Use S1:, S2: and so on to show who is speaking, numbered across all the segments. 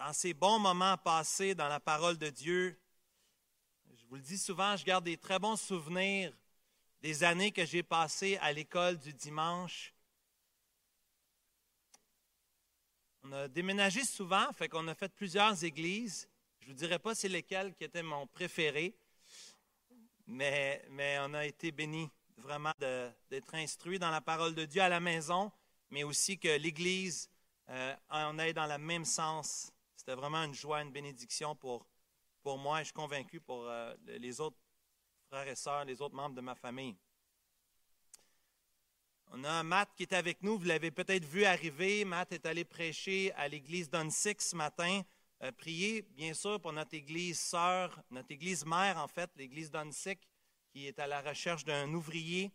S1: dans ces bons moments passés dans la parole de Dieu, je vous le dis souvent, je garde des très bons souvenirs des années que j'ai passées à l'école du dimanche. On a déménagé souvent, fait qu'on a fait plusieurs églises. Je ne vous dirai pas c'est lesquelles qui étaient mon préféré, mais on a été bénis vraiment d'être instruits dans la parole de Dieu à la maison, mais aussi que l'Église en aille dans le même sens. C'était vraiment une joie, une bénédiction pour moi et je suis convaincu pour les autres frères et sœurs, les autres membres de ma famille. On a Matt qui est avec nous, vous l'avez peut-être vu arriver. Matt est allé prêcher à l'église d'Onsic ce matin. Priez, bien sûr, pour notre église sœur, notre église mère, en fait, l'église d'Onsic, qui est à la recherche d'un ouvrier.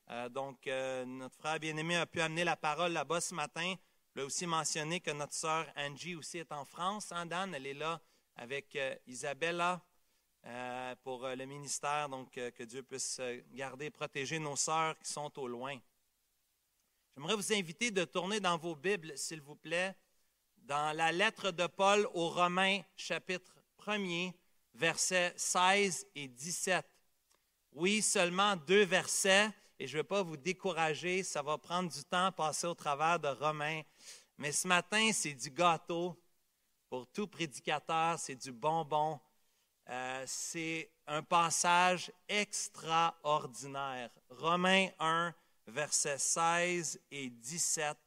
S1: Notre frère bien-aimé a pu amener la parole là-bas ce matin. Je voulais aussi mentionner que notre sœur Angie aussi est en France. Hein, Dan, elle est là avec Isabella pour le ministère. Donc, que Dieu puisse garder et protéger nos sœurs qui sont au loin. J'aimerais vous inviter de tourner dans vos Bibles, s'il vous plaît, dans la lettre de Paul aux Romains, chapitre 1er, versets 16 et 17. Oui, seulement 2 versets, et je ne vais pas vous décourager, ça va prendre du temps à passer au travers de Romains. Mais ce matin, c'est du gâteau. Pour tout prédicateur, c'est du bonbon. C'est un passage extraordinaire. Romains 1, versets 16 et 17.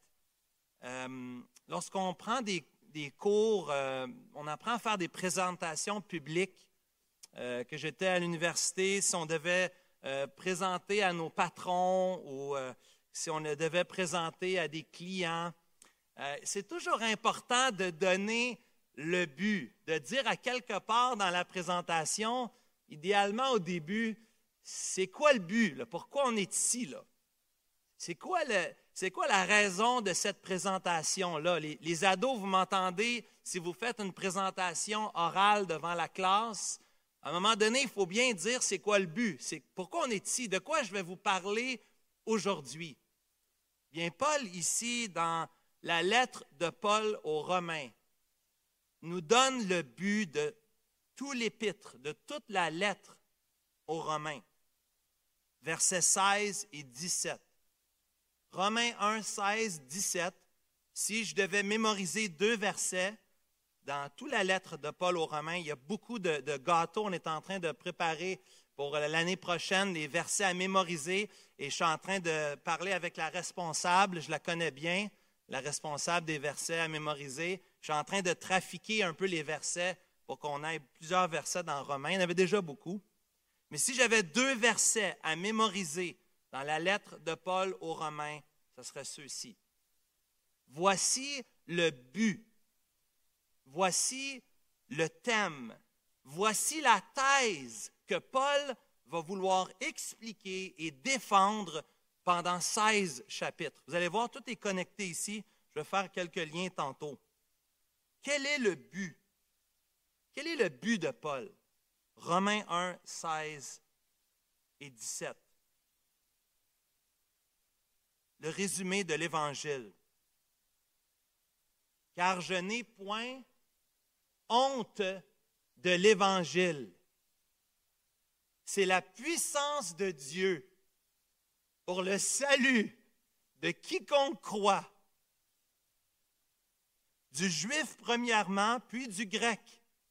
S1: Lorsqu'on prend des cours, on apprend à faire des présentations publiques. Que j'étais à l'université, si on devait présenter à nos patrons ou si on le devait présenter à des clients, c'est toujours important de donner le but, de dire à quelque part dans la présentation, idéalement au début, c'est quoi le but, là? Pourquoi on est ici, là? C'est quoi la raison de cette présentation-là? Les ados, vous m'entendez, si vous faites une présentation orale devant la classe, à un moment donné, il faut bien dire c'est quoi le but, c'est pourquoi on est ici, de quoi je vais vous parler aujourd'hui. Bien, Paul, ici, dans la lettre de Paul aux Romains, nous donne le but de tout l'épître, de toute la lettre aux Romains. Versets 16 et 17. Romains 1, 16, 17. Si je devais mémoriser 2 versets, dans toute la lettre de Paul aux Romains, il y a beaucoup de gâteaux. On est en train de préparer pour l'année prochaine des versets à mémoriser. Et je suis en train de parler avec la responsable, je la connais bien, la responsable des versets à mémoriser. Je suis en train de trafiquer un peu les versets pour qu'on ait plusieurs versets dans Romains. Il y en avait déjà beaucoup. Mais si j'avais 2 versets à mémoriser dans la lettre de Paul aux Romains, ce serait ceux-ci. Voici le but. Voici le thème. Voici la thèse que Paul va vouloir expliquer et défendre pendant 16 chapitres. Vous allez voir, tout est connecté ici. Je vais faire quelques liens tantôt. Quel est le but? Quel est le but de Paul? Romains 1, 16 et 17. Le résumé de l'Évangile. Car je n'ai point honte de l'Évangile. C'est la puissance de Dieu pour le salut de quiconque croit, du juif premièrement, puis du grec.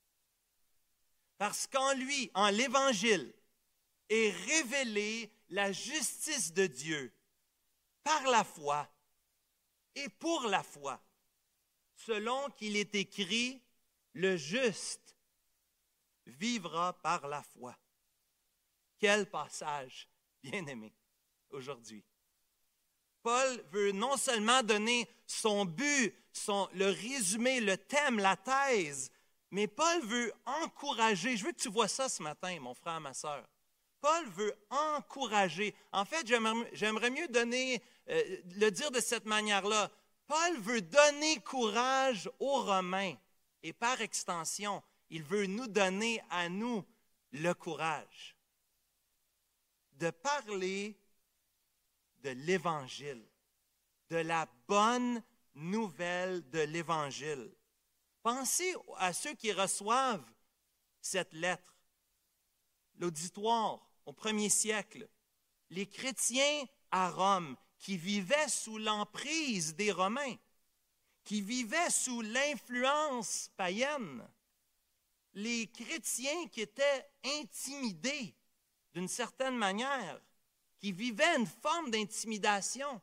S1: Parce qu'en lui, en l'Évangile, est révélée la justice de Dieu par la foi et pour la foi, selon qu'il est écrit, le juste vivra par la foi. Quel passage bien-aimé aujourd'hui. Paul veut non seulement donner son but, le résumé, le thème, la thèse, mais Paul veut encourager. Je veux que tu vois ça ce matin, mon frère, ma sœur. Paul veut encourager. En fait, j'aimerais mieux le dire de cette manière-là. Paul veut donner courage aux Romains et par extension, il veut nous donner à nous le courage de parler de l'Évangile, de la bonne nouvelle de l'Évangile. Pensez à ceux qui reçoivent cette lettre. L'auditoire au 1er siècle, les chrétiens à Rome qui vivaient sous l'emprise des Romains, qui vivaient sous l'influence païenne, les chrétiens qui étaient intimidés d'une certaine manière, qui vivaient une forme d'intimidation.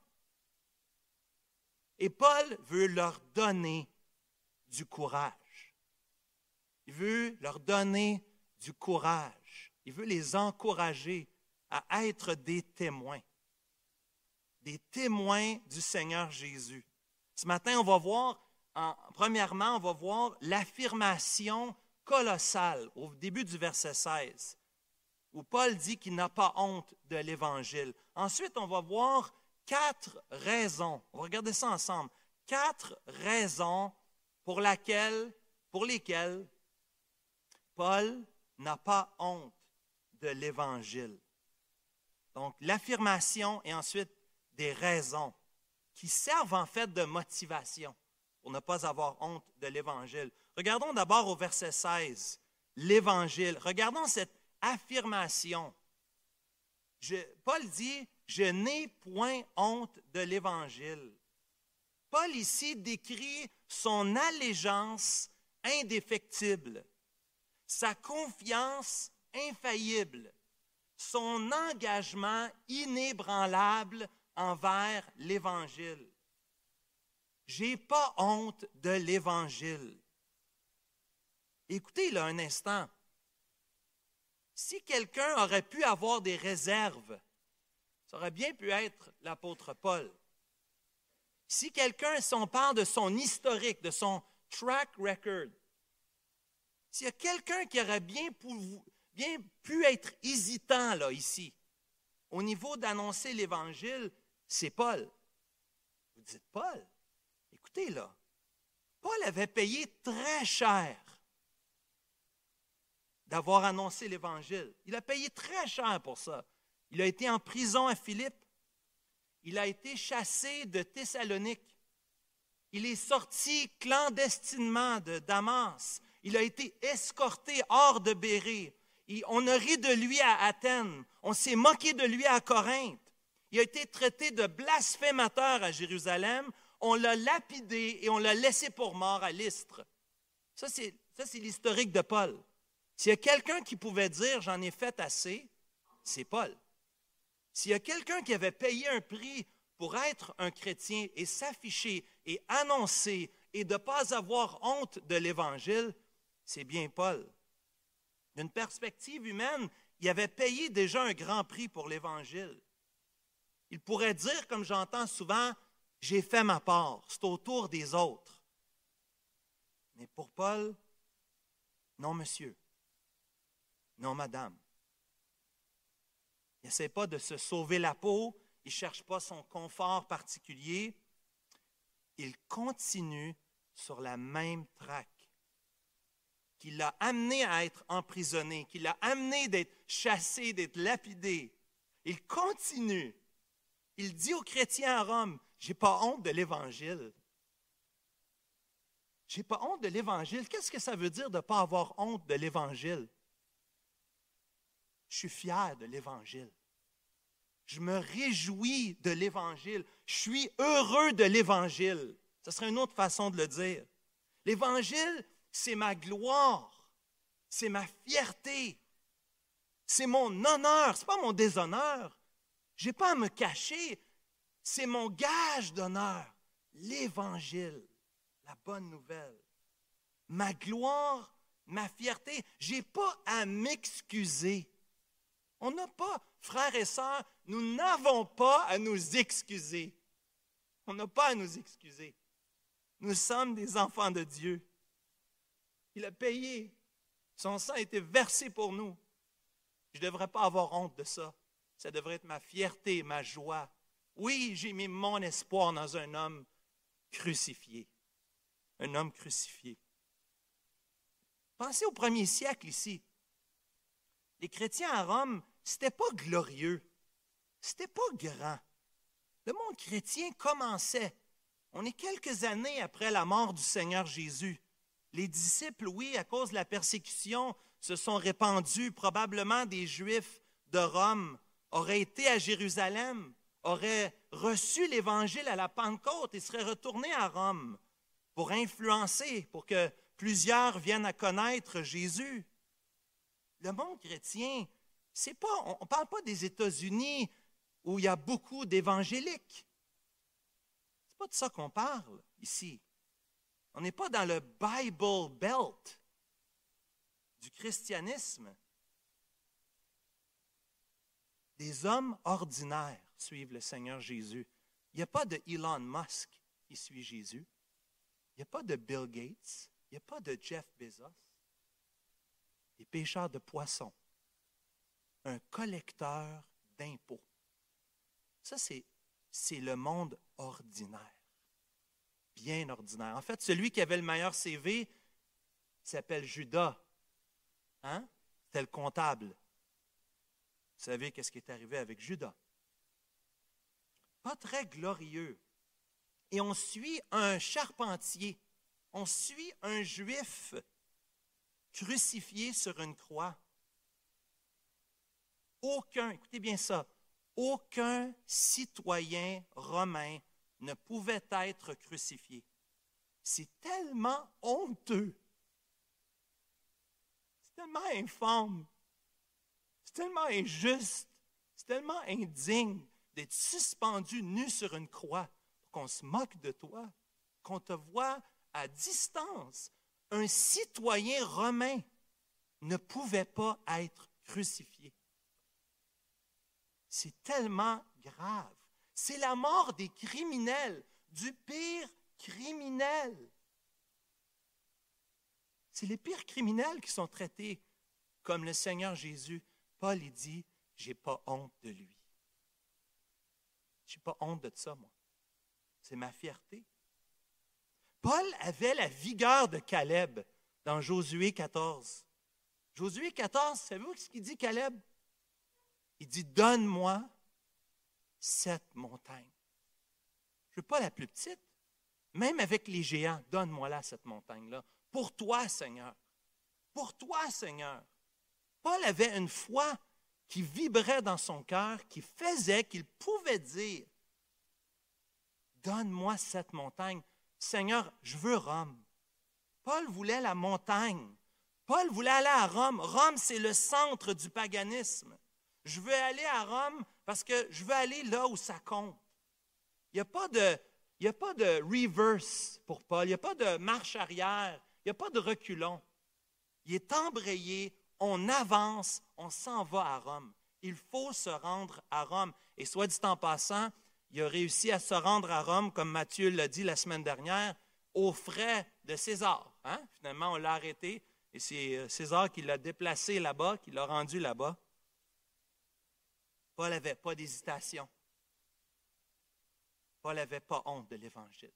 S1: Et Paul veut leur donner du courage. Il veut leur donner du courage. Il veut les encourager à être des témoins du Seigneur Jésus. Ce matin, on va voir, premièrement, on va voir l'affirmation colossale au début du verset 16, où Paul dit qu'il n'a pas honte de l'Évangile. Ensuite, on va voir 4 raisons. On va regarder ça ensemble. 4 raisons pour lesquelles Paul n'a pas honte de l'Évangile. Donc, l'affirmation et ensuite des raisons qui servent en fait de motivation pour ne pas avoir honte de l'Évangile. Regardons d'abord au verset 16, l'Évangile. Regardons cette affirmation. Paul dit, « Je n'ai point honte de l'Évangile ». Paul ici décrit son allégeance indéfectible, sa confiance infaillible, son engagement inébranlable envers l'Évangile. J'ai pas honte de l'Évangile. Écoutez là un instant. Si quelqu'un aurait pu avoir des réserves, ça aurait bien pu être l'apôtre Paul. Si on parle de son historique, de son track record, s'il y a quelqu'un qui aurait bien pu être hésitant là, ici, au niveau d'annoncer l'Évangile, c'est Paul. Vous dites, Paul, écoutez là, Paul avait payé très cher d'avoir annoncé l'Évangile. Il a payé très cher pour ça. Il a été en prison à Philippe. Il a été chassé de Thessalonique. Il est sorti clandestinement de Damas. Il a été escorté hors de Bérée. On a ri de lui à Athènes. On s'est moqué de lui à Corinthe. Il a été traité de blasphémateur à Jérusalem. On l'a lapidé et on l'a laissé pour mort à Lystre. Ça, c'est l'historique de Paul. S'il y a quelqu'un qui pouvait dire « j'en ai fait assez », c'est Paul. S'il y a quelqu'un qui avait payé un prix pour être un chrétien et s'afficher et annoncer et de ne pas avoir honte de l'Évangile, c'est bien Paul. D'une perspective humaine, il avait payé déjà un grand prix pour l'Évangile. Il pourrait dire, comme j'entends souvent, « j'ai fait ma part, c'est au tour des autres ». Mais pour Paul, non monsieur, non madame. Il n'essaie pas de se sauver la peau, il ne cherche pas son confort particulier. Il continue sur la même traque qui l'a amené à être emprisonné, qui l'a amené d'être chassé, d'être lapidé. Il continue. Il dit aux chrétiens à Rome, « J'ai pas honte de l'Évangile. » J'ai pas honte de l'Évangile. Qu'est-ce que ça veut dire de ne pas avoir honte de l'Évangile? Je suis fier de l'Évangile. Je me réjouis de l'Évangile. Je suis heureux de l'Évangile. Ce serait une autre façon de le dire. L'Évangile, c'est ma gloire. C'est ma fierté. C'est mon honneur. Ce n'est pas mon déshonneur. Je n'ai pas à me cacher. C'est mon gage d'honneur. L'Évangile, la bonne nouvelle. Ma gloire, ma fierté. Je n'ai pas à m'excuser. On n'a pas, frères et sœurs, nous n'avons pas à nous excuser. On n'a pas à nous excuser. Nous sommes des enfants de Dieu. Il a payé. Son sang a été versé pour nous. Je ne devrais pas avoir honte de ça. Ça devrait être ma fierté, ma joie. Oui, j'ai mis mon espoir dans un homme crucifié. Un homme crucifié. Pensez au 1er siècle ici. Les chrétiens à Rome, ce n'était pas glorieux. Ce n'était pas grand. Le monde chrétien commençait. On est quelques années après la mort du Seigneur Jésus. Les disciples, oui, à cause de la persécution, se sont répandus. Probablement des Juifs de Rome auraient été à Jérusalem, auraient reçu l'Évangile à la Pentecôte et seraient retournés à Rome pour influencer, pour que plusieurs viennent à connaître Jésus. Le monde chrétien, c'est pas, on ne parle pas des États-Unis où il y a beaucoup d'évangéliques. C'est pas de ça qu'on parle ici. On n'est pas dans le Bible Belt du christianisme. Des hommes ordinaires suivent le Seigneur Jésus. Il n'y a pas de Elon Musk qui suit Jésus. Il n'y a pas de Bill Gates. Il n'y a pas de Jeff Bezos. Des pêcheurs de poissons. Un collecteur d'impôts. Ça, c'est le monde ordinaire. Bien ordinaire. En fait, celui qui avait le meilleur CV s'appelle Judas. Hein? C'était le comptable. Vous savez qu'est-ce qui est arrivé avec Judas? Pas très glorieux. Et on suit un charpentier. On suit un juif crucifié sur une croix. Écoutez bien ça, aucun citoyen romain ne pouvait être crucifié. C'est tellement honteux. C'est tellement infâme. C'est tellement injuste. C'est tellement indigne d'être suspendu nu sur une croix pour qu'on se moque de toi, qu'on te voit à distance. Un citoyen romain ne pouvait pas être crucifié. C'est tellement grave. C'est la mort des criminels, du pire criminel. C'est les pires criminels qui sont traités comme le Seigneur Jésus. Paul, il dit, « J'ai pas honte de lui. J'ai pas honte de ça, moi. C'est ma fierté. » Paul avait la vigueur de Caleb dans Josué 14. Josué 14, savez-vous ce qu'il dit, Caleb? Il dit, « Donne-moi cette montagne. » Je ne veux pas la plus petite. Même avec les géants, donne-moi-la, cette montagne-là. Pour toi, Seigneur. Pour toi, Seigneur. Paul avait une foi qui vibrait dans son cœur, qui faisait qu'il pouvait dire, « Donne-moi cette montagne. Seigneur, je veux Rome. » Paul voulait la montagne. Paul voulait aller à Rome. Rome, c'est le centre du paganisme. Je veux aller à Rome parce que je veux aller là où ça compte. Il n'y a pas de reverse pour Paul. Il n'y a pas de marche arrière. Il n'y a pas de reculons. Il est embrayé. On avance. On s'en va à Rome. Il faut se rendre à Rome. Et soit dit en passant, il a réussi à se rendre à Rome, comme Matthieu l'a dit la semaine dernière, aux frais de César. Hein? Finalement, on l'a arrêté. Et c'est César qui l'a déplacé là-bas, qui l'a rendu là-bas. Paul n'avait pas d'hésitation. Paul n'avait pas honte de l'Évangile.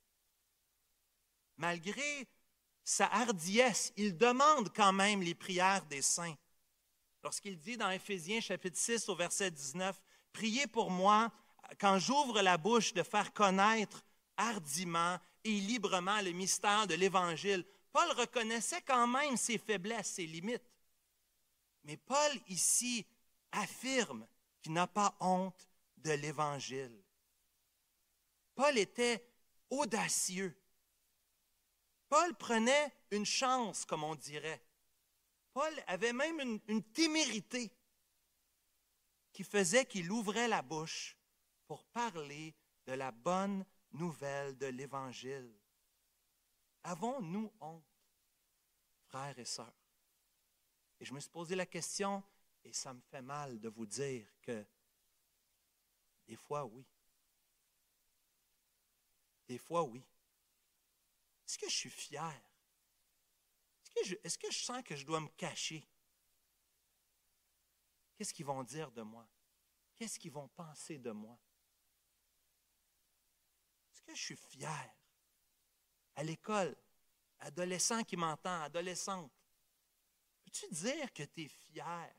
S1: Malgré sa hardiesse, il demande quand même les prières des saints. Lorsqu'il dit dans Éphésiens chapitre 6 au verset 19, « Priez pour moi quand j'ouvre la bouche de faire connaître hardiment et librement le mystère de l'Évangile. » Paul reconnaissait quand même ses faiblesses, ses limites. Mais Paul ici affirme qu'il n'a pas honte de l'Évangile. Paul était audacieux. Paul prenait une chance, comme on dirait. Paul avait même une témérité qui faisait qu'il ouvrait la bouche pour parler de la bonne nouvelle de l'Évangile. Avons-nous honte, frères et sœurs? Et je me suis posé la question, et ça me fait mal de vous dire que des fois, oui. Des fois, oui. Est-ce que je suis fier? Est-ce que je sens que je dois me cacher? Qu'est-ce qu'ils vont dire de moi? Qu'est-ce qu'ils vont penser de moi? Est-ce que je suis fier? À l'école, adolescent qui m'entend, adolescente, peux-tu dire que tu es fier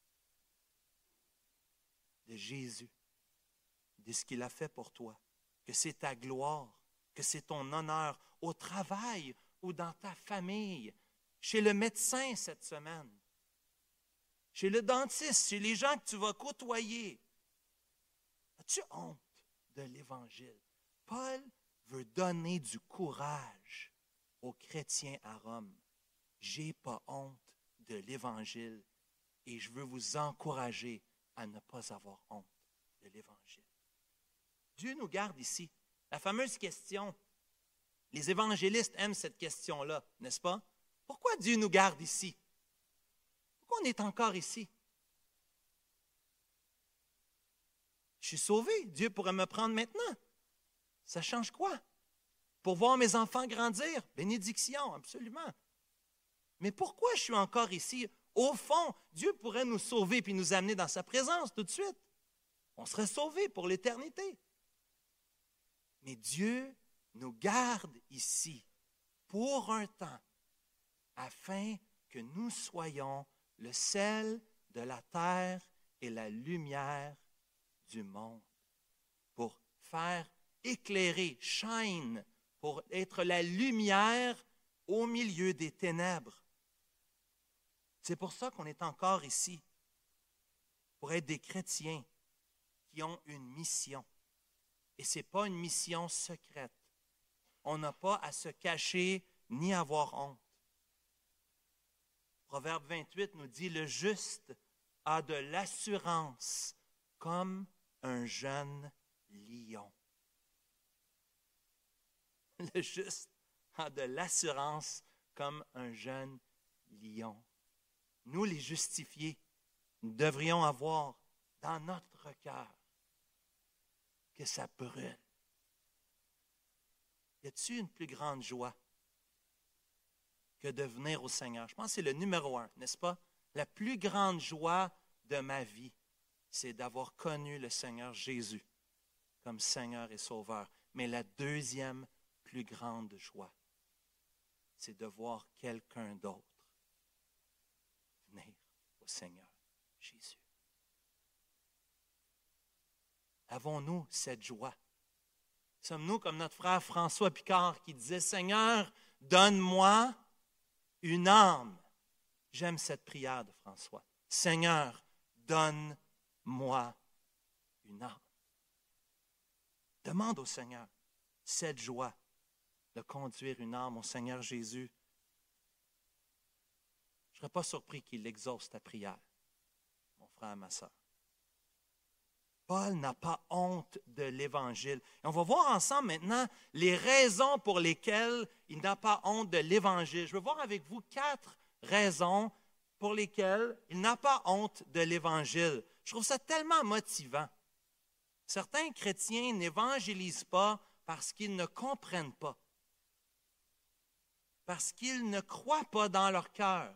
S1: de Jésus, de ce qu'il a fait pour toi, que c'est ta gloire, que c'est ton honneur, au travail, ou dans ta famille, chez le médecin cette semaine, chez le dentiste, chez les gens que tu vas côtoyer. As-tu honte de l'Évangile? Paul veut donner du courage aux chrétiens à Rome. J'ai pas honte de l'Évangile et je veux vous encourager à ne pas avoir honte de l'Évangile. Dieu nous garde ici. La fameuse question, les évangélistes aiment cette question-là, n'est-ce pas? Pourquoi Dieu nous garde ici? Pourquoi on est encore ici? Je suis sauvé, Dieu pourrait me prendre maintenant. Ça change quoi? Pour voir mes enfants grandir, bénédiction, absolument. Mais pourquoi je suis encore ici? Au fond, Dieu pourrait nous sauver puis nous amener dans sa présence tout de suite. On serait sauvés pour l'éternité. Mais Dieu nous garde ici pour un temps afin que nous soyons le sel de la terre et la lumière du monde. Pour faire éclairer, shine, pour être la lumière au milieu des ténèbres. C'est pour ça qu'on est encore ici, pour être des chrétiens qui ont une mission. Et ce n'est pas une mission secrète. On n'a pas à se cacher ni avoir honte. Proverbe 28 nous dit, « Le juste a de l'assurance comme un jeune lion. » Le juste a de l'assurance comme un jeune lion. Nous, les justifiés, nous devrions avoir dans notre cœur que ça brûle. Y a-t-il une plus grande joie que de venir au Seigneur? Je pense que c'est le numéro 1, n'est-ce pas? La plus grande joie de ma vie, c'est d'avoir connu le Seigneur Jésus comme Seigneur et Sauveur. Mais la deuxième plus grande joie, c'est de voir quelqu'un d'autre venir au Seigneur Jésus. Avons-nous cette joie? Sommes-nous comme notre frère François Picard qui disait, « Seigneur, donne-moi une âme. » J'aime cette prière de François. « Seigneur, donne-moi une âme. » Demande au Seigneur cette joie de conduire une âme au Seigneur Jésus. Je ne serais pas surpris qu'il exauce ta prière, mon frère et ma sœur. Paul n'a pas honte de l'Évangile. Et on va voir ensemble maintenant les raisons pour lesquelles il n'a pas honte de l'Évangile. Je veux voir avec vous 4 raisons pour lesquelles il n'a pas honte de l'Évangile. Je trouve ça tellement motivant. Certains chrétiens n'évangélisent pas parce qu'ils ne comprennent pas, parce qu'ils ne croient pas dans leur cœur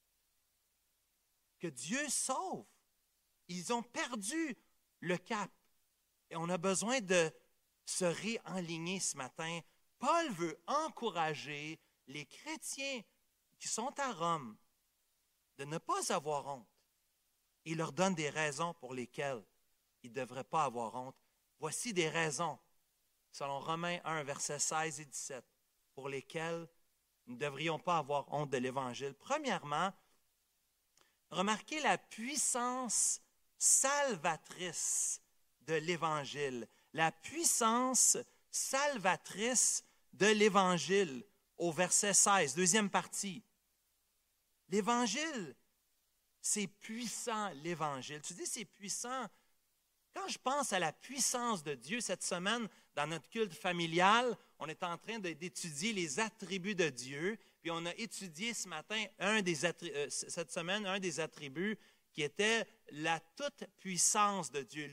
S1: que Dieu sauve. Ils ont perdu le cap. Et on a besoin de se réaligner ce matin. Paul veut encourager les chrétiens qui sont à Rome de ne pas avoir honte. Il leur donne des raisons pour lesquelles ils ne devraient pas avoir honte. Voici des raisons, selon Romains 1, versets 16 et 17, pour lesquelles nous ne devrions pas avoir honte de l'Évangile. Premièrement, remarquez la puissance salvatrice de l'Évangile. La puissance salvatrice de l'Évangile au verset 16, deuxième partie. L'Évangile, c'est puissant, l'Évangile. Tu dis c'est puissant. Quand je pense à la puissance de Dieu cette semaine, dans notre culte familial, on est en train d'étudier les attributs de Dieu. Puis on a étudié ce matin, cette semaine, un des attributs qui était la toute-puissance de Dieu,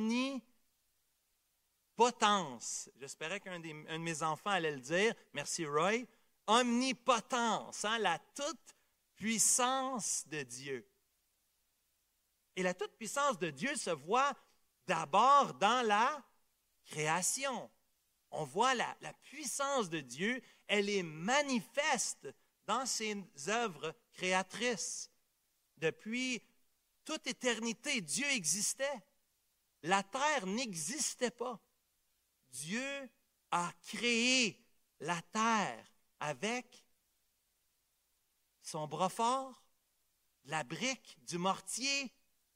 S1: l'omnipotence. J'espérais qu'un de mes enfants allait le dire. Merci, Roy. Omnipotence, la toute-puissance de Dieu. Et la toute-puissance de Dieu se voit d'abord dans la création. On voit la puissance de Dieu, elle est manifeste dans ses œuvres créatrices. Depuis toute éternité, Dieu existait. La terre n'existait pas. Dieu a créé la terre avec son bras fort, la brique, du mortier,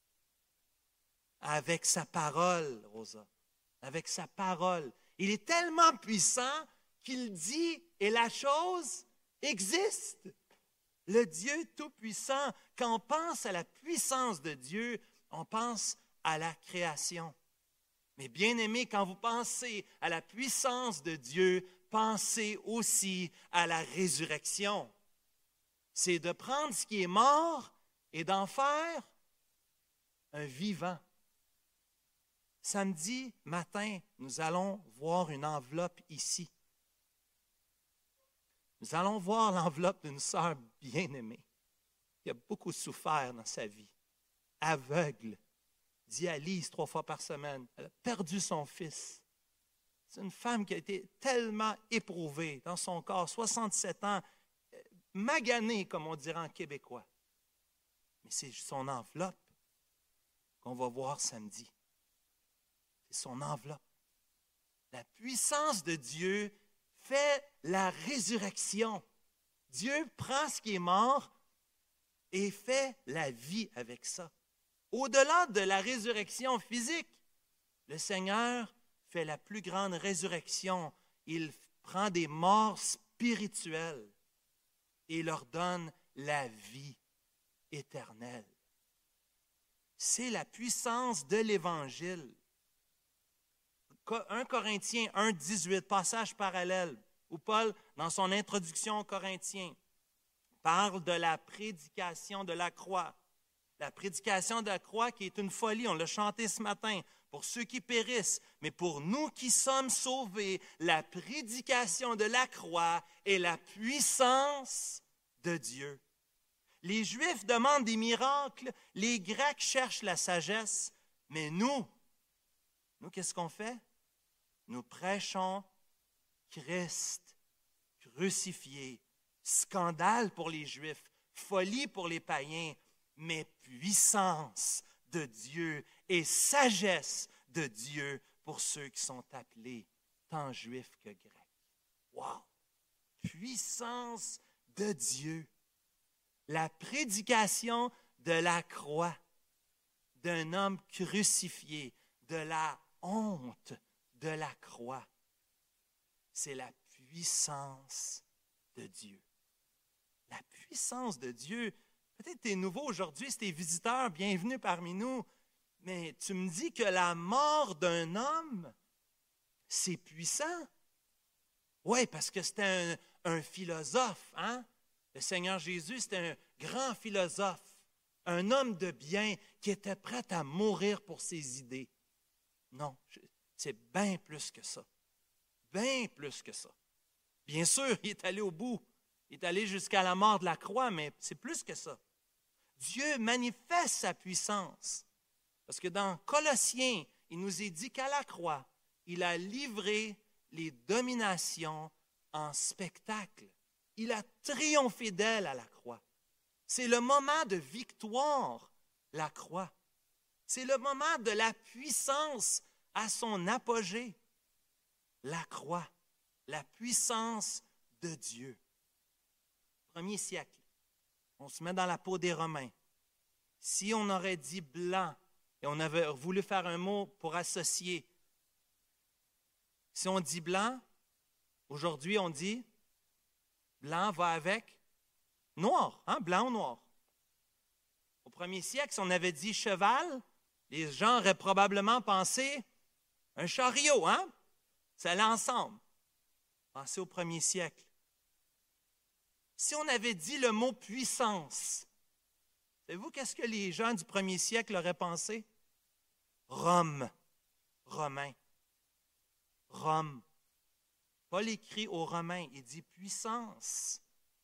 S1: avec sa parole, Rosa, avec sa parole. Il est tellement puissant qu'il dit et la chose existe. Le Dieu Tout-Puissant, quand on pense à la puissance de Dieu, on pense à la création. Mais bien aimé, quand vous pensez à la puissance de Dieu, pensez aussi à la résurrection. C'est de prendre ce qui est mort et d'en faire un vivant. Samedi matin, nous allons voir une enveloppe ici. Nous allons voir l'enveloppe d'une sœur bien-aimée qui a beaucoup souffert dans sa vie, aveugle, dialyse 3 fois par semaine. Elle a perdu son fils. C'est une femme qui a été tellement éprouvée dans son corps, 67 ans, maganée, comme on dirait en québécois. Mais c'est son enveloppe qu'on va voir samedi. C'est son enveloppe. La puissance de Dieu fait la résurrection. Dieu prend ce qui est mort et fait la vie avec ça. Au-delà de la résurrection physique, le Seigneur fait la plus grande résurrection. Il prend des morts spirituelles et leur donne la vie éternelle. C'est la puissance de l'Évangile. 1 Corinthiens 1, 18, passage parallèle, où Paul, dans son introduction aux Corinthiens, parle de la prédication de la croix. La prédication de la croix qui est une folie, on l'a chanté ce matin, pour ceux qui périssent, mais pour nous qui sommes sauvés, la prédication de la croix est la puissance de Dieu. Les Juifs demandent des miracles, les Grecs cherchent la sagesse, mais nous, qu'est-ce qu'on fait? Nous prêchons Christ crucifié. Scandale pour les Juifs, folie pour les païens, mais puissance de Dieu et sagesse de Dieu pour ceux qui sont appelés tant juifs que grecs. Wow! Puissance de Dieu. La prédication de la croix d'un homme crucifié, de la honte de la croix, c'est la puissance de Dieu. La puissance de Dieu. Peut-être tu es nouveau aujourd'hui, si tu es visiteur, bienvenue parmi nous, mais tu me dis que la mort d'un homme, c'est puissant. Oui, parce que c'était un philosophe, hein? Le Seigneur Jésus, c'était un grand philosophe, un homme de bien qui était prêt à mourir pour ses idées. Non, c'est bien plus que ça. Bien plus que ça. Bien sûr, il est allé au bout. Il est allé jusqu'à la mort de la croix, mais c'est plus que ça. Dieu manifeste sa puissance. Parce que dans Colossiens, il nous est dit qu'à la croix, il a livré les dominations en spectacle. Il a triomphé d'elle à la croix. C'est le moment de victoire, la croix. C'est le moment de la puissance à son apogée, la croix, la puissance de Dieu. Premier siècle, on se met dans la peau des Romains. Si on aurait dit blanc et on avait voulu faire un mot pour associer, si on dit blanc, aujourd'hui on dit blanc va avec noir, hein? Blanc ou noir. Au premier siècle, si on avait dit cheval, les gens auraient probablement pensé un chariot, hein? Ça allait ensemble. Pensez au premier siècle. Si on avait dit le mot puissance, savez-vous qu'est-ce que les gens du premier siècle auraient pensé? Rome, Romain. Rome. Paul écrit aux Romains, il dit puissance.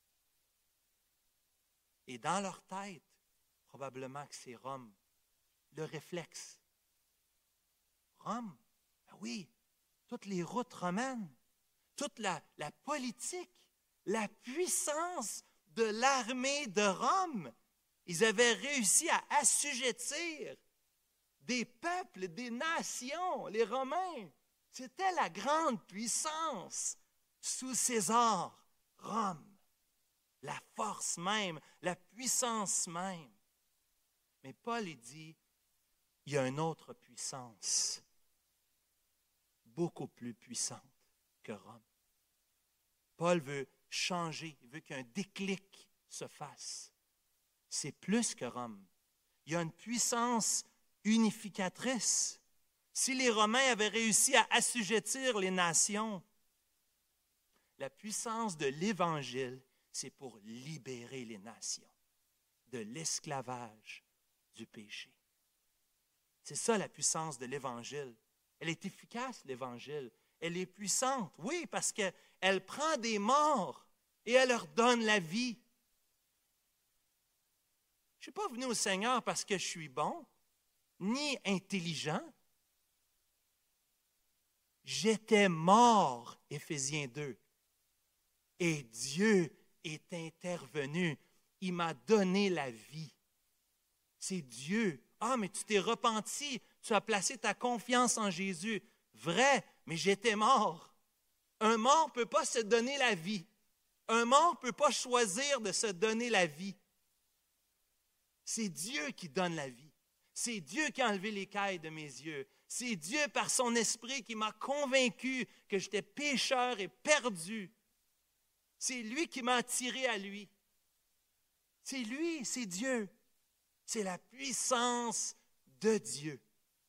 S1: Et dans leur tête, probablement que c'est Rome. Le réflexe. Rome, ben oui, toutes les routes romaines, toute la politique, la puissance de l'armée de Rome. Ils avaient réussi à assujettir des peuples, des nations, les Romains. C'était la grande puissance sous César. Rome, la force même, la puissance même. Mais Paul, il dit, il y a une autre puissance, beaucoup plus puissante que Rome. Paul veut changer, il veut qu'un déclic se fasse. C'est plus que Rome. Il y a une puissance unificatrice. Si les Romains avaient réussi à assujettir les nations, la puissance de l'Évangile, c'est pour libérer les nations de l'esclavage du péché. C'est ça la puissance de l'Évangile. Elle est efficace, l'Évangile. Elle est puissante, oui, parce qu'elle prend des morts et elle leur donne la vie. Je ne suis pas venu au Seigneur parce que je suis bon, ni intelligent. J'étais mort, Éphésiens 2. Et Dieu est intervenu. Il m'a donné la vie. C'est Dieu. Ah, mais tu t'es repenti. Tu as placé ta confiance en Jésus. Vrai, mais j'étais mort. Un mort ne peut pas se donner la vie. Un mort ne peut pas choisir de se donner la vie. C'est Dieu qui donne la vie. C'est Dieu qui a enlevé l'écaille de mes yeux. C'est Dieu, par son esprit, qui m'a convaincu que j'étais pécheur et perdu. C'est lui qui m'a attiré à lui. C'est lui, c'est Dieu. C'est la puissance de Dieu.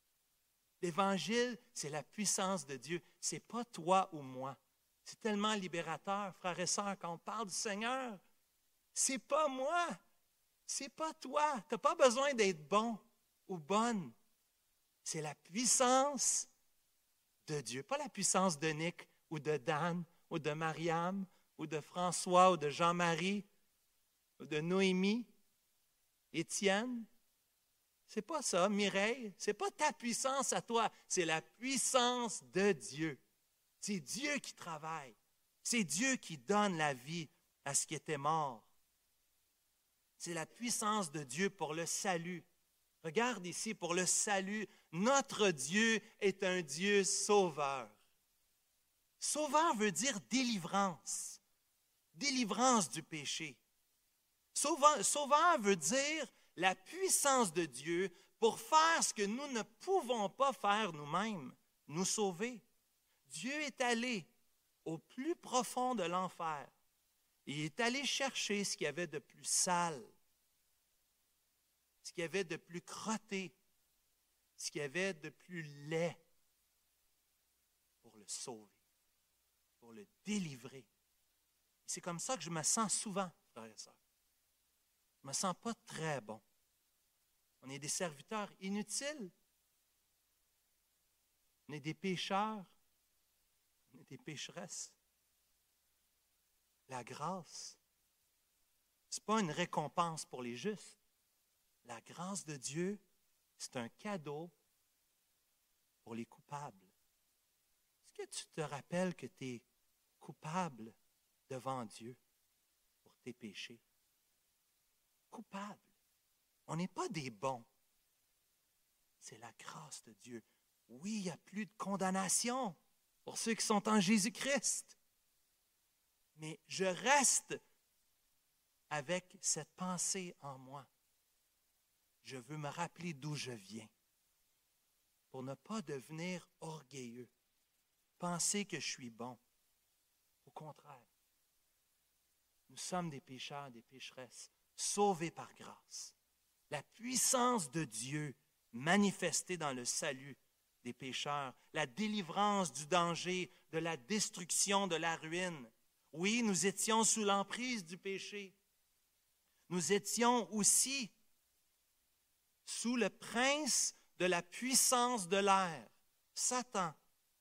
S1: L'Évangile, c'est la puissance de Dieu. Ce n'est pas toi ou moi. C'est tellement libérateur, frères et sœurs, quand on parle du Seigneur. Ce n'est pas moi. Ce n'est pas toi. Tu n'as pas besoin d'être bon ou bonne. C'est la puissance de Dieu. Pas la puissance de Nick ou de Dan ou de Mariam ou de François ou de Jean-Marie ou de Noémie, Étienne. C'est pas ça, Mireille. C'est pas ta puissance à toi. C'est la puissance de Dieu. C'est Dieu qui travaille. C'est Dieu qui donne la vie à ce qui était mort. C'est la puissance de Dieu pour le salut. Regarde ici, pour le salut, notre Dieu est un Dieu sauveur. Sauveur veut dire délivrance. Délivrance du péché. Sauveur veut dire la puissance de Dieu pour faire ce que nous ne pouvons pas faire nous-mêmes, nous sauver. Dieu est allé au plus profond de l'enfer. Il est allé chercher ce qu'il y avait de plus sale, ce qu'il y avait de plus crotté, ce qu'il y avait de plus laid pour le sauver, pour le délivrer. C'est comme ça que je me sens souvent, frères et sœurs. Je ne me sens pas très bon. On est des serviteurs inutiles. On est des pécheurs. On est des pécheresses. La grâce, ce n'est pas une récompense pour les justes. La grâce de Dieu, c'est un cadeau pour les coupables. Est-ce que tu te rappelles que tu es coupable devant Dieu pour tes péchés? Coupable. On n'est pas des bons. C'est la grâce de Dieu. Oui, il n'y a plus de condamnation pour ceux qui sont en Jésus-Christ. Mais je reste avec cette pensée en moi. Je veux me rappeler d'où je viens pour ne pas devenir orgueilleux, penser que je suis bon. Au contraire, nous sommes des pécheurs, des pécheresses, sauvés par grâce. La puissance de Dieu manifestée dans le salut des pécheurs, la délivrance du danger, de la destruction, de la ruine. Oui, nous étions sous l'emprise du péché. Nous étions aussi sous le prince de la puissance de l'air, Satan.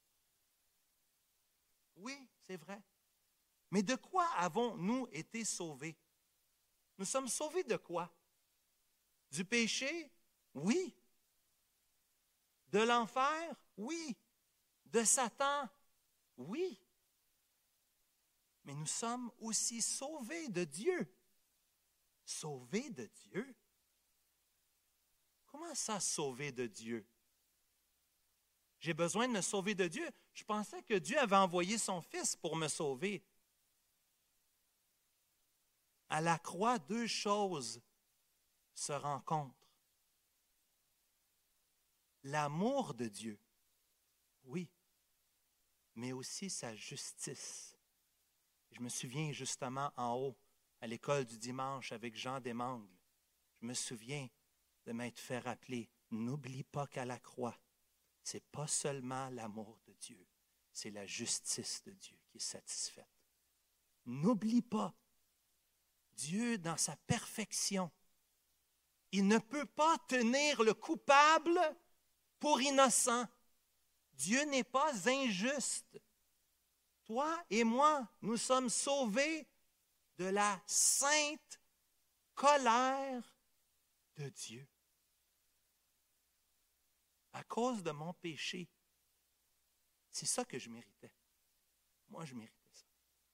S1: Oui, c'est vrai. Mais de quoi avons-nous été sauvés? Nous sommes sauvés de quoi? Du péché? Oui. De l'enfer? Oui. De Satan? Oui. Mais nous sommes aussi sauvés de Dieu. Sauvés de Dieu? Comment ça, sauver de Dieu? J'ai besoin de me sauver de Dieu. Je pensais que Dieu avait envoyé son Fils pour me sauver. À la croix, deux choses se rencontrent. L'amour de Dieu, oui, mais aussi sa justice. Je me souviens justement en haut, à l'école du dimanche avec Jean Desmangles, je me souviens de m'être fait rappeler, n'oublie pas qu'à la croix, ce n'est pas seulement l'amour de Dieu, c'est la justice de Dieu qui est satisfaite. N'oublie pas, Dieu dans sa perfection, il ne peut pas tenir le coupable pour innocent. Dieu n'est pas injuste. Toi et moi, nous sommes sauvés de la sainte colère de Dieu. À cause de mon péché. C'est ça que je méritais. Moi, je méritais ça.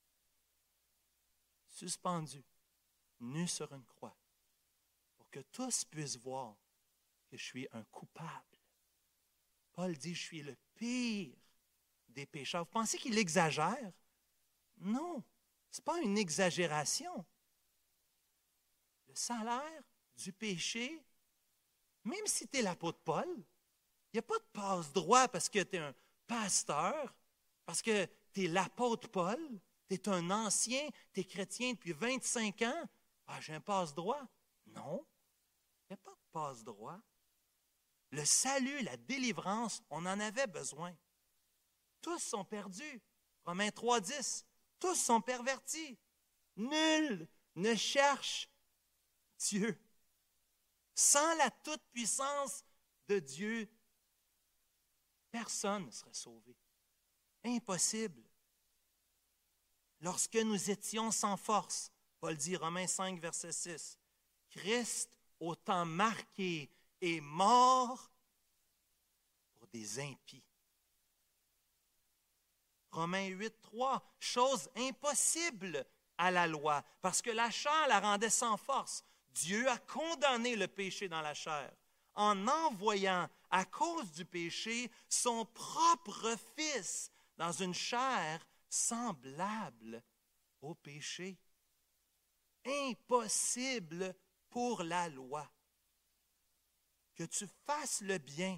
S1: Suspendu, nu sur une croix, pour que tous puissent voir que je suis un coupable. Paul dit, je suis le pire des pécheurs. Vous pensez qu'il exagère? Non, ce n'est pas une exagération. Le salaire du péché, même si tu es l'apôtre Paul, il n'y a pas de passe-droit parce que tu es un pasteur, parce que tu es l'apôtre Paul, tu es un ancien, tu es chrétien depuis 25 ans. Ah, j'ai un passe-droit. Non, il n'y a pas de passe-droit. Le salut, la délivrance, on en avait besoin. Tous sont perdus. Romains 3,10. Tous sont pervertis. Nul ne cherche Dieu. Sans la toute-puissance de Dieu, personne ne serait sauvé. Impossible. Lorsque nous étions sans force, Paul dit, Romains 5, verset 6, Christ, au temps marqué, est mort pour des impies. Romains 8, 3, chose impossible à la loi, parce que la chair la rendait sans force. Dieu a condamné le péché dans la chair en envoyant, à cause du péché, son propre Fils dans une chair semblable au péché. Impossible pour la loi. Que tu fasses le bien,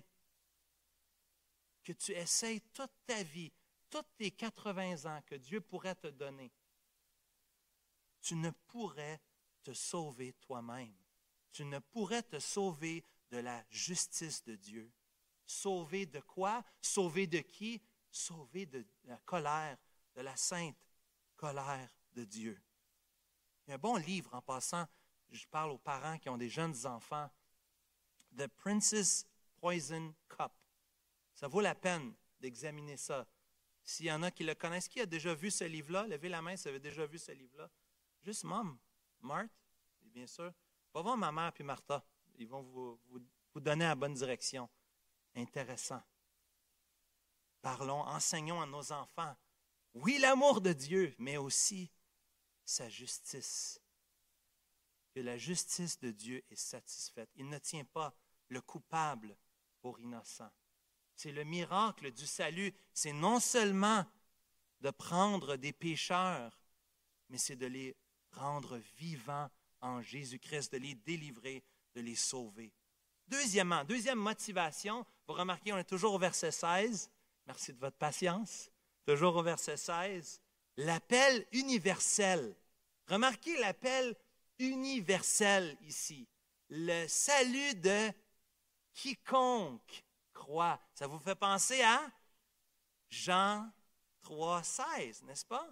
S1: que tu essayes toute ta vie, tous tes 80 ans que Dieu pourrait te donner, tu ne pourrais te sauver toi-même. Tu ne pourrais te sauver de la justice de Dieu. Sauver de quoi? Sauver de qui? Sauver de la colère, de la sainte colère de Dieu. Il y a un bon livre en passant, je parle aux parents qui ont des jeunes enfants, The Princess Poison Cup. Ça vaut la peine d'examiner ça. S'il y en a qui le connaissent, qui a déjà vu ce livre-là? Levez la main si vous avez déjà vu ce livre-là. Juste Mom, Marthe, bien sûr. Va voir ma mère et Martha. Ils vont vous donner la bonne direction. Intéressant. Parlons, enseignons à nos enfants. Oui, l'amour de Dieu, mais aussi sa justice. Que la justice de Dieu est satisfaite. Il ne tient pas le coupable pour innocent. C'est le miracle du salut. C'est non seulement de prendre des pécheurs, mais c'est de les rendre vivants en Jésus-Christ, de les délivrer, de les sauver. Deuxièmement, deuxième motivation, vous remarquez, on est toujours au verset 16. Merci de votre patience. Toujours au verset 16. L'appel universel. Remarquez l'appel universel ici. Le salut de quiconque croit. Ça vous fait penser à Jean 3, 16, n'est-ce pas?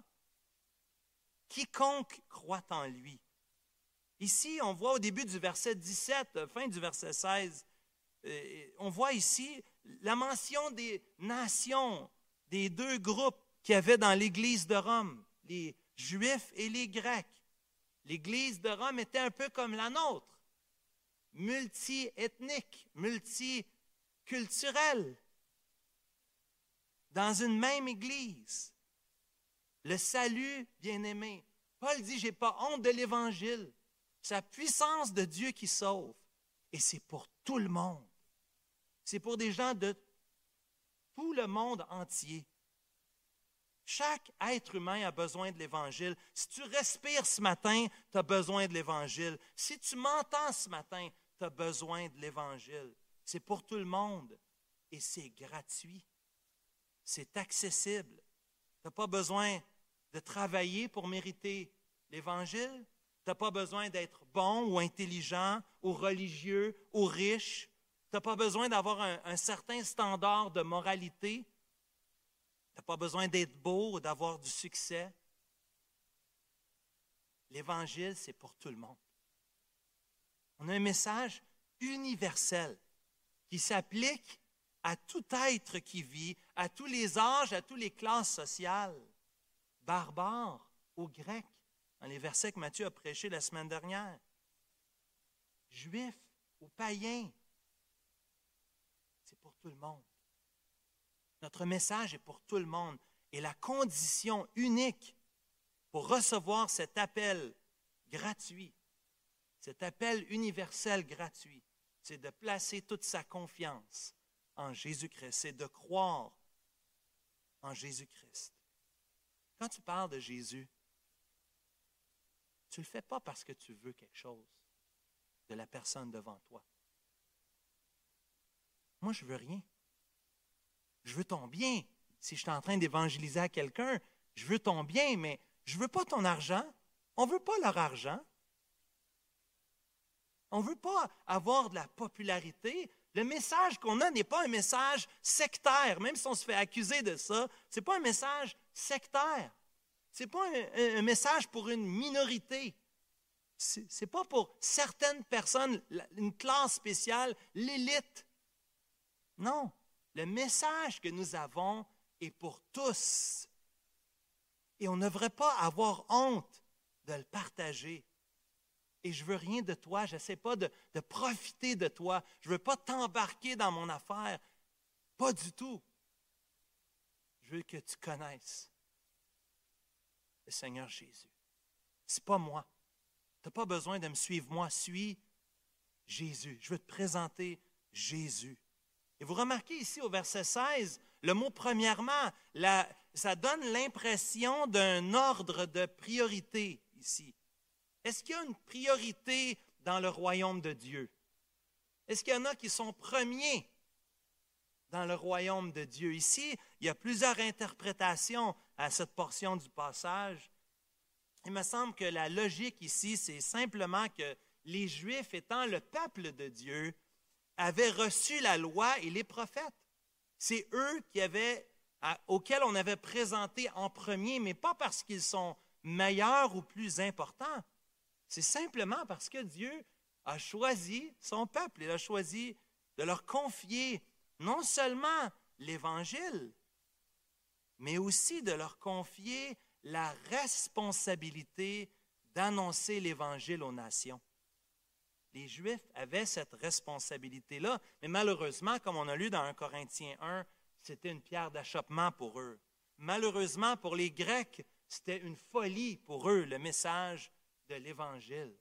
S1: Quiconque croit en lui. Ici, on voit au début du verset 17, fin du verset 16, on voit ici la mention des nations, des deux groupes qu'il y avait dans l'Église de Rome, les Juifs et les Grecs. L'Église de Rome était un peu comme la nôtre, multi-ethnique, multiculturelle, dans une même Église. Le salut, bien-aimé. Paul dit, je n'ai pas honte de l'Évangile. C'est la puissance de Dieu qui sauve. Et c'est pour tout le monde. C'est pour des gens de tout le monde entier. Chaque être humain a besoin de l'Évangile. Si tu respires ce matin, tu as besoin de l'Évangile. Si tu m'entends ce matin, tu as besoin de l'Évangile. C'est pour tout le monde et c'est gratuit. C'est accessible. Tu n'as pas besoin de travailler pour mériter l'Évangile. Tu n'as pas besoin d'être bon ou intelligent ou religieux ou riche. Tu n'as pas besoin d'avoir un certain standard de moralité. Tu n'as pas besoin d'être beau ou d'avoir du succès. L'Évangile, c'est pour tout le monde. On a un message universel qui s'applique à tout être qui vit, à tous les âges, à toutes les classes sociales, barbares ou grecs, dans les versets que Matthieu a prêchés la semaine dernière, juifs ou païens. C'est pour tout le monde. Notre message est pour tout le monde. Et la condition unique pour recevoir cet appel gratuit, cet appel universel gratuit, c'est de placer toute sa confiance en Jésus-Christ, c'est de croire en Jésus-Christ. Quand tu parles de Jésus, tu ne le fais pas parce que tu veux quelque chose de la personne devant toi. Moi, je ne veux rien. Je veux ton bien. Si je suis en train d'évangéliser à quelqu'un, je veux ton bien, mais je ne veux pas ton argent. On ne veut pas leur argent. On ne veut pas avoir de la popularité. Le message qu'on a n'est pas un message sectaire, même si on se fait accuser de ça. Ce n'est pas un message sectaire. Ce n'est pas un message pour une minorité. Ce n'est pas pour certaines personnes, une classe spéciale, l'élite. Non. Le message que nous avons est pour tous. Et on ne devrait pas avoir honte de le partager. Et je ne veux rien de toi, je n'essaie pas de profiter de toi. Je ne veux pas t'embarquer dans mon affaire. Pas du tout. Je veux que tu connaisses le Seigneur Jésus. Ce n'est pas moi. Tu n'as pas besoin de me suivre. Moi, suis Jésus. Je veux te présenter Jésus. Et vous remarquez ici au verset 16, le mot « premièrement », ça donne l'impression d'un ordre de priorité ici. Est-ce qu'il y a une priorité dans le royaume de Dieu? Est-ce qu'il y en a qui sont premiers dans le royaume de Dieu? Ici, il y a plusieurs interprétations à cette portion du passage. Il me semble que la logique ici, c'est simplement que les Juifs, étant le peuple de Dieu, avaient reçu la loi et les prophètes. C'est eux auxquels on avait présenté en premier, mais pas parce qu'ils sont meilleurs ou plus importants. C'est simplement parce que Dieu a choisi son peuple. Il a choisi de leur confier non seulement l'Évangile, mais aussi de leur confier la responsabilité d'annoncer l'Évangile aux nations. Les Juifs avaient cette responsabilité-là, mais malheureusement, comme on a lu dans 1 Corinthiens 1, c'était une pierre d'achoppement pour eux. Malheureusement, pour les Grecs, c'était une folie pour eux, le message de l'Évangile.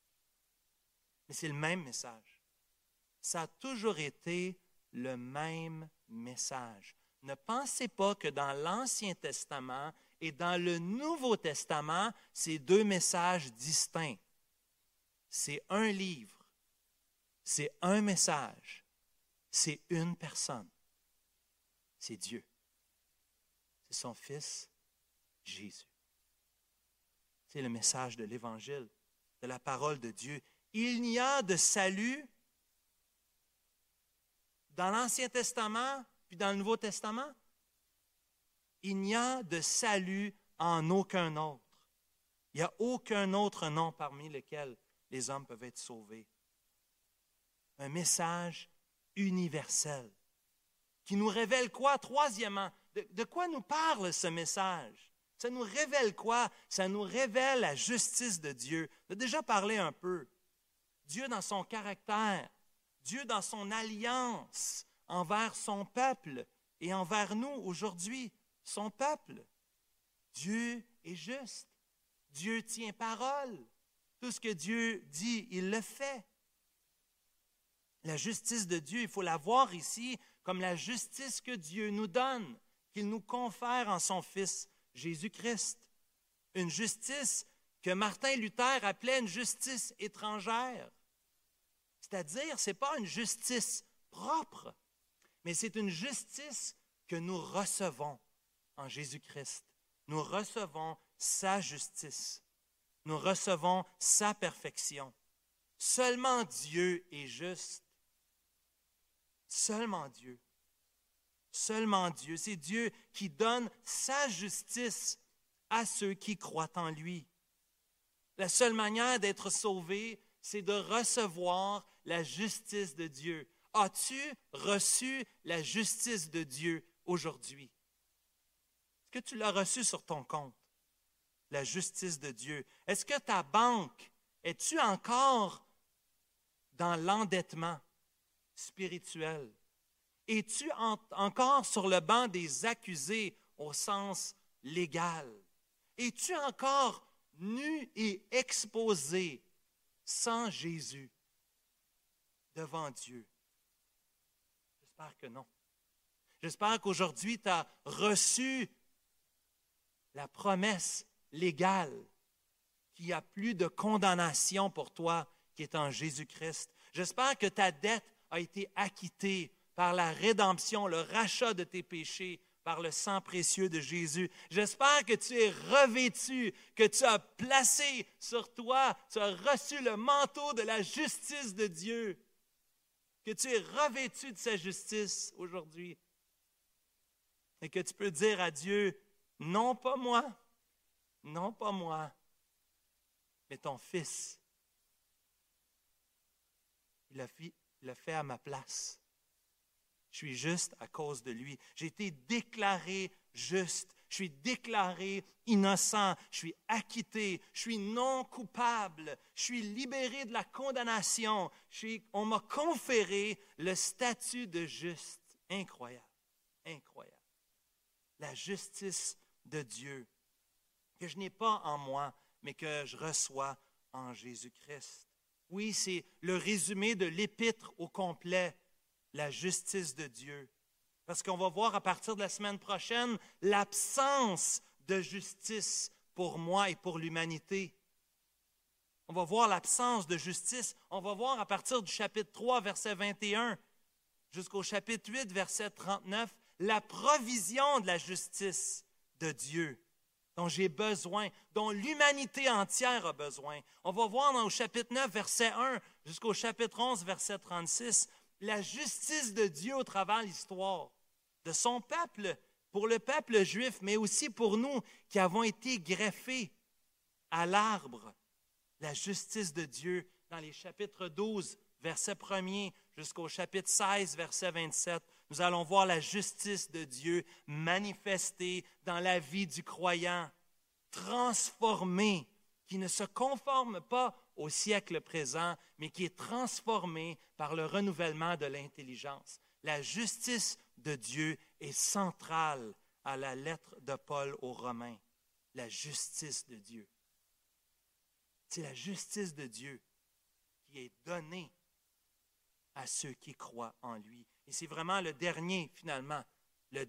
S1: Mais c'est le même message. Ça a toujours été le même message. Ne pensez pas que dans l'Ancien Testament et dans le Nouveau Testament, c'est deux messages distincts. C'est un livre, c'est un message, c'est une personne. C'est Dieu. C'est son Fils, Jésus. C'est le message de l'Évangile, de la parole de Dieu. Il n'y a de salut dans l'Ancien Testament puis dans le Nouveau Testament. Il n'y a de salut en aucun autre. Il n'y a aucun autre nom parmi lesquels les hommes peuvent être sauvés. Un message universel qui nous révèle quoi? Troisièmement, de quoi nous parle ce message? Ça nous révèle quoi? Ça nous révèle la justice de Dieu. On a déjà parlé un peu. Dieu dans son caractère, Dieu dans son alliance envers son peuple et envers nous aujourd'hui, son peuple. Dieu est juste. Dieu tient parole. Tout ce que Dieu dit, il le fait. La justice de Dieu, il faut la voir ici comme la justice que Dieu nous donne, qu'il nous confère en son Fils Jésus-Christ. Une justice que Martin Luther appelait une justice étrangère. C'est-à-dire, ce n'est pas une justice propre, mais c'est une justice que nous recevons en Jésus-Christ. Nous recevons sa justice. Nous recevons sa perfection. Seulement Dieu est juste. Seulement Dieu. Seulement Dieu. C'est Dieu qui donne sa justice à ceux qui croient en lui. La seule manière d'être sauvé, c'est de recevoir la justice de Dieu. As-tu reçu la justice de Dieu aujourd'hui? Est-ce que tu l'as reçu sur ton compte? La justice de Dieu. Est-ce que ta banque, es-tu encore dans l'endettement spirituel? Es-tu encore sur le banc des accusés au sens légal? Es-tu encore nu et exposé sans Jésus devant Dieu? J'espère que non. J'espère qu'aujourd'hui, tu as reçu la promesse légale qu'il n'y a plus de condamnation pour toi qui est en Jésus-Christ. J'espère que ta dette a été acquittée par la rédemption, le rachat de tes péchés par le sang précieux de Jésus. J'espère que tu es revêtu, que tu as placé sur toi, tu as reçu le manteau de la justice de Dieu, que tu es revêtu de sa justice aujourd'hui et que tu peux dire à Dieu, non pas moi, non pas moi, mais ton Fils. Il l'a fait à ma place. Je suis juste à cause de lui. J'ai été déclaré juste. Je suis déclaré innocent. Je suis acquitté. Je suis non coupable. Je suis libéré de la condamnation. On m'a conféré le statut de juste. Incroyable. Incroyable. La justice de Dieu que je n'ai pas en moi, mais que je reçois en Jésus-Christ. Oui, c'est le résumé de l'épître au complet. La justice de Dieu. Parce qu'on va voir à partir de la semaine prochaine l'absence de justice pour moi et pour l'humanité. On va voir l'absence de justice. On va voir à partir du chapitre 3, verset 21, jusqu'au chapitre 8, verset 39, la provision de la justice de Dieu dont j'ai besoin, dont l'humanité entière a besoin. On va voir dans le chapitre 9, verset 1, jusqu'au chapitre 11, verset 36, la justice de Dieu au travers de l'histoire de son peuple, pour le peuple juif, mais aussi pour nous qui avons été greffés à l'arbre. La justice de Dieu dans les chapitres 12, verset 1er, jusqu'au chapitre 16, verset 27. Nous allons voir la justice de Dieu manifestée dans la vie du croyant, transformé, qui ne se conforme pas au siècle présent, mais qui est transformé par le renouvellement de l'intelligence. La justice de Dieu est centrale à la lettre de Paul aux Romains. La justice de Dieu. C'est la justice de Dieu qui est donnée à ceux qui croient en lui. Et c'est vraiment le dernier, finalement, la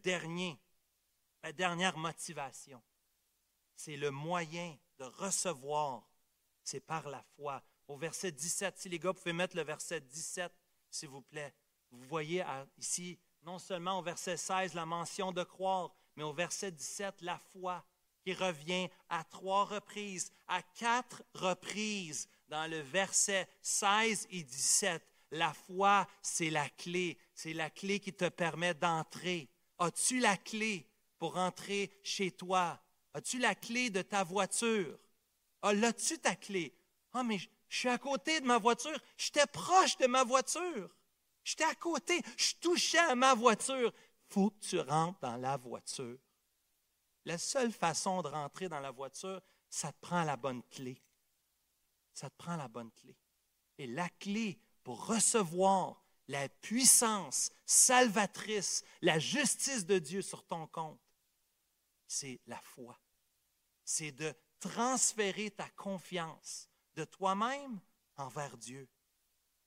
S1: dernière motivation. C'est le moyen de recevoir. C'est par la foi. Au verset 17, si les gars pouvaient mettre le verset 17, s'il vous plaît. Vous voyez ici, non seulement au verset 16, la mention de croire, mais au verset 17, la foi qui revient à 3 reprises, à 4 reprises dans le verset 16 et 17. La foi, c'est la clé. C'est la clé qui te permet d'entrer. As-tu la clé pour entrer chez toi? As-tu la clé de ta voiture? L'as-tu ta clé? Ah, mais je suis à côté de ma voiture. J'étais proche de ma voiture. J'étais à côté. Je touchais à ma voiture. Il faut que tu rentres dans la voiture. La seule façon de rentrer dans la voiture, ça te prend la bonne clé. Ça te prend la bonne clé. Et la clé pour recevoir la puissance salvatrice, la justice de Dieu sur ton compte, c'est la foi. C'est de transférer ta confiance de toi-même envers Dieu.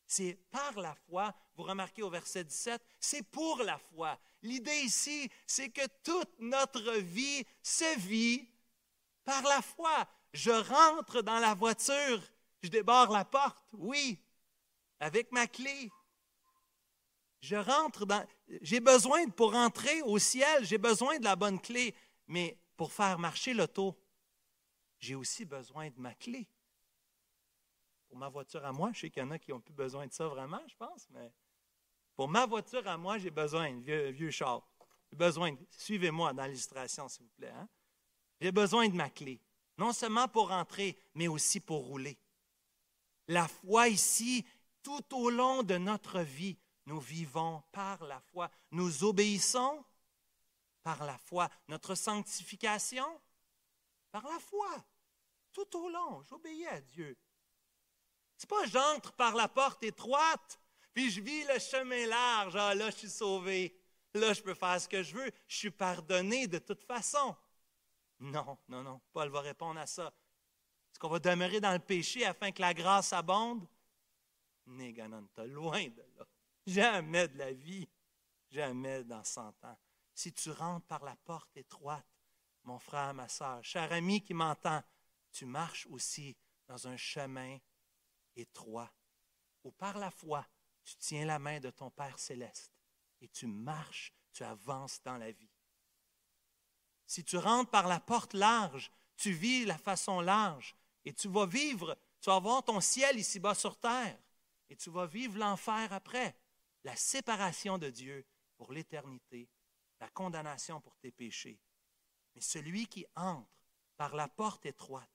S1: C'est par la foi. Vous remarquez au verset 17, c'est pour la foi. L'idée ici, c'est que toute notre vie se vit par la foi. Je rentre dans la voiture, je débarre la porte, oui, avec ma clé. Je rentre dans... J'ai besoin, pour rentrer au ciel, j'ai besoin de la bonne clé. Mais pour faire marcher l'auto, j'ai aussi besoin de ma clé. Pour ma voiture à moi, je sais qu'il y en a qui n'ont plus besoin de ça vraiment, je pense, mais pour ma voiture à moi, j'ai besoin de vieux char. J'ai besoin suivez-moi dans l'illustration, s'il vous plaît. Hein? J'ai besoin de ma clé. Non seulement pour rentrer, mais aussi pour rouler. La foi ici, tout au long de notre vie, nous vivons par la foi. Nous obéissons par la foi. Notre sanctification, par la foi. Tout au long, j'obéis à Dieu. C'est pas j'entre par la porte étroite, puis je vis le chemin large. Ah, là, je suis sauvé. Là, je peux faire ce que je veux. Je suis pardonné de toute façon. Non, non, non. Paul va répondre à ça. Est-ce qu'on va demeurer dans le péché afin que la grâce abonde? Négananta, loin de là. Jamais de la vie. Jamais dans 100 ans. Si tu rentres par la porte étroite, mon frère, ma sœur, cher ami qui m'entend, tu marches aussi dans un chemin étroit, où par la foi, tu tiens la main de ton Père céleste et tu marches, tu avances dans la vie. Si tu rentres par la porte large, tu vis la façon large et tu vas vivre, tu vas avoir ton ciel ici-bas sur terre et tu vas vivre l'enfer après, la séparation de Dieu pour l'éternité, la condamnation pour tes péchés. Mais celui qui entre par la porte étroite,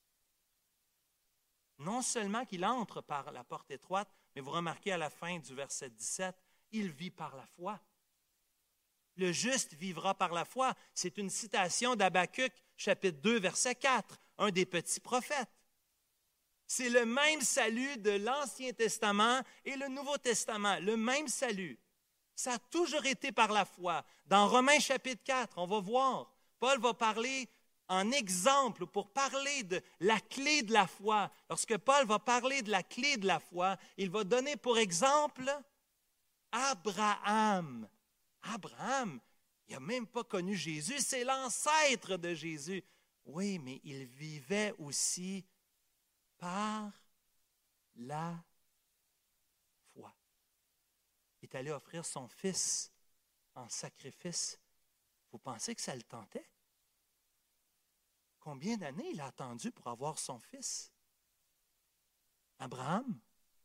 S1: non seulement qu'il entre par la porte étroite, mais vous remarquez à la fin du verset 17, il vit par la foi. Le juste vivra par la foi. C'est une citation d'Habacuc, chapitre 2, verset 4, un des petits prophètes. C'est le même salut de l'Ancien Testament et le Nouveau Testament, le même salut. Ça a toujours été par la foi. Dans Romains chapitre 4, on va voir, Paul va parler en exemple pour parler de la clé de la foi. Lorsque Paul va parler de la clé de la foi, il va donner pour exemple Abraham. Abraham, il n'a même pas connu Jésus, c'est l'ancêtre de Jésus. Oui, mais il vivait aussi par la foi. Il est allé offrir son fils en sacrifice. Vous pensez que ça le tentait? Combien d'années il a attendu pour avoir son fils? Abraham.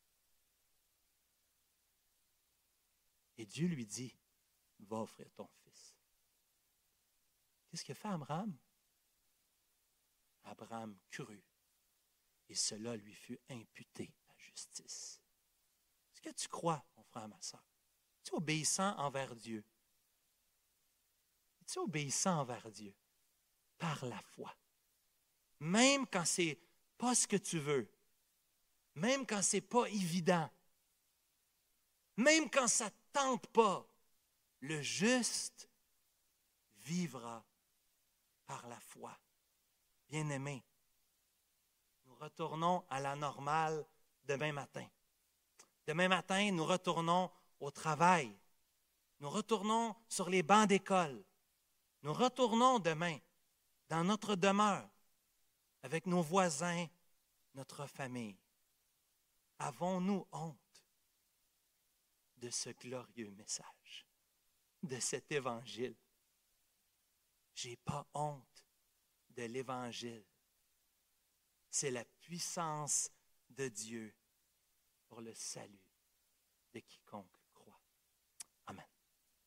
S1: Et Dieu lui dit, va offrir ton fils. Qu'est-ce qu'il a fait Abraham? Abraham crut, et cela lui fut imputé à justice. Est-ce que tu crois, mon frère, ma soeur? Es-tu obéissant envers Dieu? Es-tu obéissant envers Dieu? Par la foi. Même quand ce n'est pas ce que tu veux, même quand ce n'est pas évident, même quand ça ne tente pas, le juste vivra par la foi. Bien-aimés, nous retournons à la normale demain matin. Demain matin, nous retournons au travail. Nous retournons sur les bancs d'école. Nous retournons demain dans notre demeure avec nos voisins, notre famille. Avons-nous honte de ce glorieux message, de cet évangile? Je n'ai pas honte de l'évangile. C'est la puissance de Dieu pour le salut de quiconque